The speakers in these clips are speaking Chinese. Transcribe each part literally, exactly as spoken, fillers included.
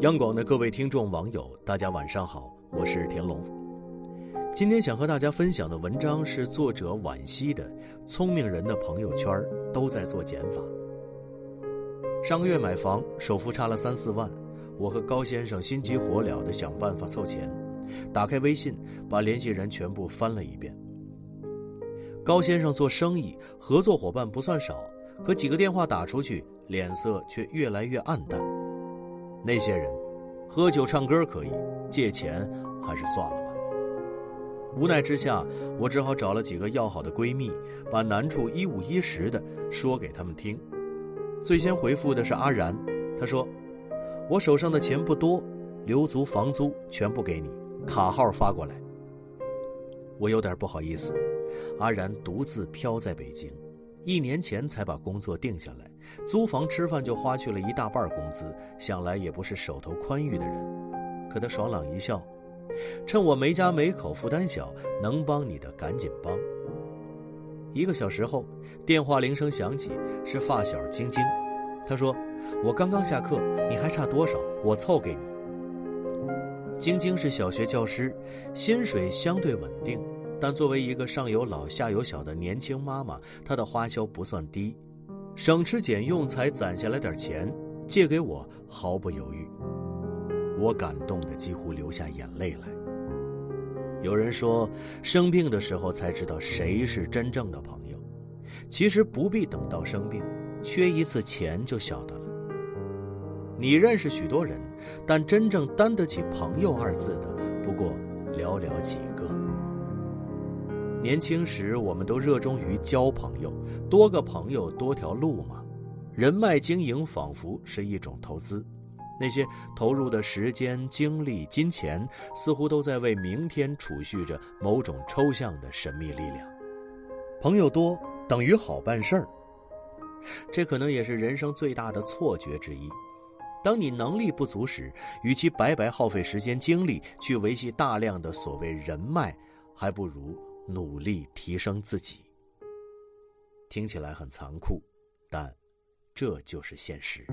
央广的各位听众网友，大家晚上好，我是田龙。今天想和大家分享的文章是作者惋惜的《聪明人的朋友圈都在做减法》。上个月买房，首付差了三四万，我和高先生心急火燎地想办法凑钱，打开微信，把联系人全部翻了一遍。高先生做生意，合作伙伴不算少，可几个电话打出去，脸色却越来越暗淡。那些人，喝酒唱歌可以，借钱还是算了吧。无奈之下，我只好找了几个要好的闺蜜，把难处一五一十的说给他们听。最先回复的是阿然，她说：我手上的钱不多，留足房租全部给你，卡号发过来。我有点不好意思，阿然独自飘在北京，一年前才把工作定下来，租房吃饭就花去了一大半工资，想来也不是手头宽裕的人。可他爽朗一笑，趁我没家没口负担小，能帮你的赶紧帮。一个小时后，电话铃声响起，是发小晶晶。她说：我刚刚下课，你还差多少？我凑给你。晶晶是小学教师，薪水相对稳定，但作为一个上有老下有小的年轻妈妈，她的花销不算低，省吃俭用才攒下来点钱，借给我毫不犹豫。我感动得几乎流下眼泪来。有人说，生病的时候才知道谁是真正的朋友，其实不必等到生病，缺一次钱就晓得了。你认识许多人，但真正担得起朋友二字的，不过寥寥几个。年轻时我们都热衷于交朋友，多个朋友多条路嘛。人脉经营仿佛是一种投资，那些投入的时间、精力、金钱，似乎都在为明天储蓄着某种抽象的神秘力量。朋友多等于好办事儿，这可能也是人生最大的错觉之一。当你能力不足时，与其白白耗费时间精力去维系大量的所谓人脉，还不如努力提升自己。听起来很残酷，但这就是现实。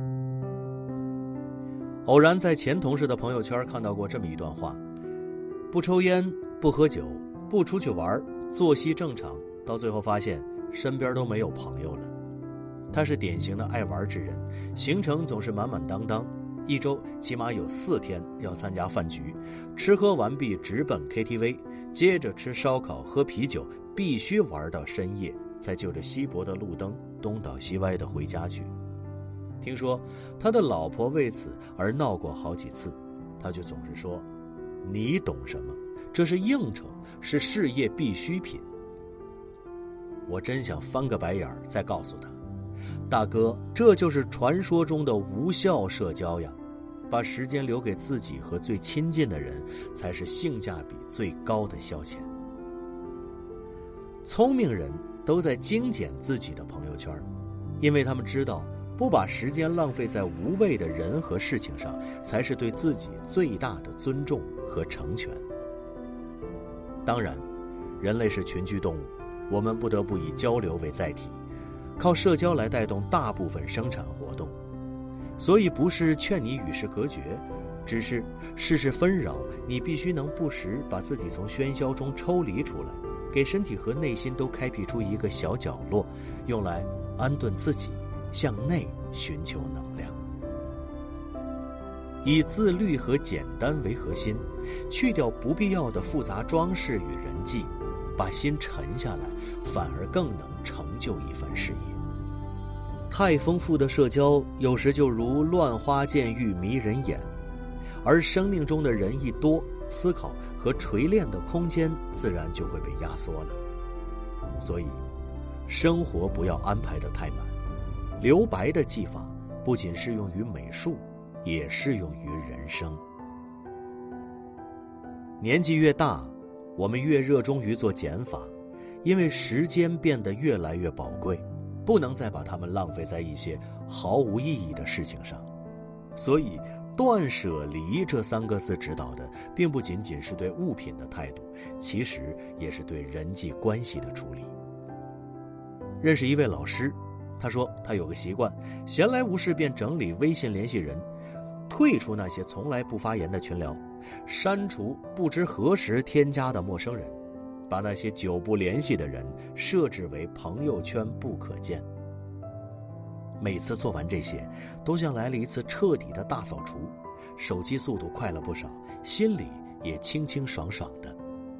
偶然在前同事的朋友圈看到过这么一段话：不抽烟，不喝酒，不出去玩，作息正常，到最后发现身边都没有朋友了。他是典型的爱玩之人，行程总是满满当当，一周起码有四天要参加饭局，吃喝完毕直奔 K T V， 接着吃烧烤喝啤酒，必须玩到深夜，才就着稀薄的路灯东倒西歪地回家去。听说他的老婆为此而闹过好几次，他却总是说：你懂什么？这是应酬，是事业必需品。我真想翻个白眼再告诉他：大哥，这就是传说中的无效社交呀！把时间留给自己和最亲近的人，才是性价比最高的消遣。聪明人都在精简自己的朋友圈，因为他们知道，不把时间浪费在无谓的人和事情上，才是对自己最大的尊重和成全。当然，人类是群居动物，我们不得不以交流为载体，靠社交来带动大部分生产活动。所以不是劝你与世隔绝，只是世事纷扰，你必须能不时把自己从喧嚣中抽离出来，给身体和内心都开辟出一个小角落，用来安顿自己，向内寻求能量。以自律和简单为核心，去掉不必要的复杂装饰与人际，把心沉下来，反而更能成就一番事业。太丰富的社交有时就如乱花渐欲迷人眼，而生命中的人一多，思考和锤炼的空间自然就会被压缩了。所以生活不要安排得太满，留白的技法不仅适用于美术，也适用于人生。年纪越大，我们越热衷于做减法，因为时间变得越来越宝贵，不能再把它们浪费在一些毫无意义的事情上。所以断舍离这三个字指导的，并不仅仅是对物品的态度，其实也是对人际关系的处理。认识一位老师，他说他有个习惯，闲来无事便整理微信联系人， 退出那些从来不发言的群聊，删除不知何时添加的陌生人，把那些久不联系的人设置为朋友圈不可见。每次做完这些，都像来了一次彻底的大扫除，手机速度快了不少，心里也清清爽爽的。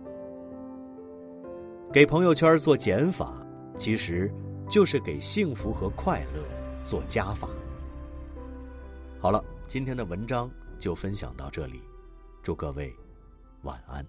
给朋友圈做减法，其实就是给幸福和快乐做加法。好了，今天的文章就分享到这里，祝各位晚安。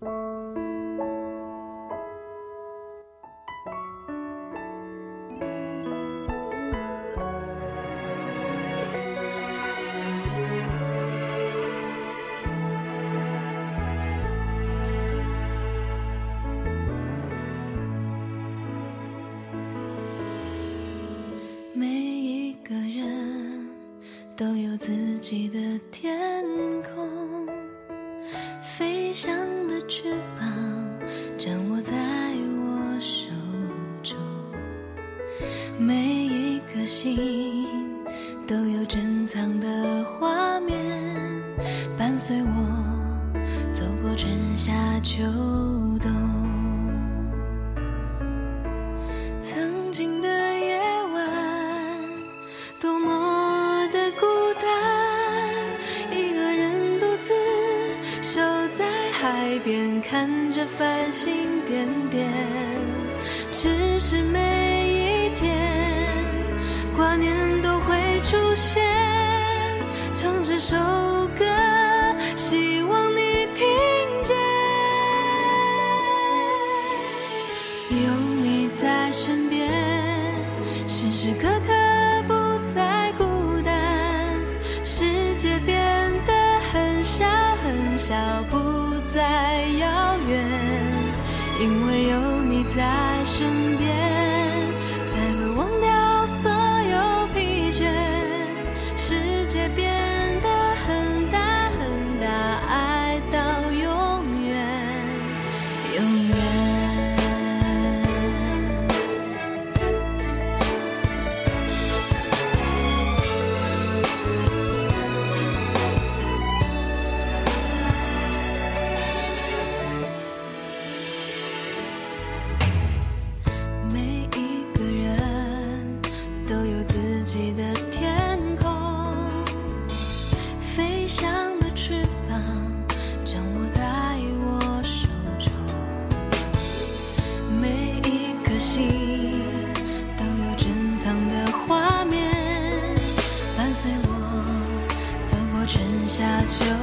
每一个人都有自己的天空，飞翔的翅膀掌握在我手中，每一颗心都有珍藏的画面，伴随我走过春夏秋冬。曾经的夜晚多么的孤单，一个人独自守在海边，看着繁星点点。只是每一天挂念都会出现，唱这首歌希望你听见，有你在身边，时时刻刻不再孤单，世界变得很小很小，不再遥远，因为有你在身边，才会忘掉所有疲倦，世界变得很大很大，爱到永远永远。自己的天空，飞翔的翅膀掌握在我手中，每一颗心都有珍藏的画面，伴随我走过春夏秋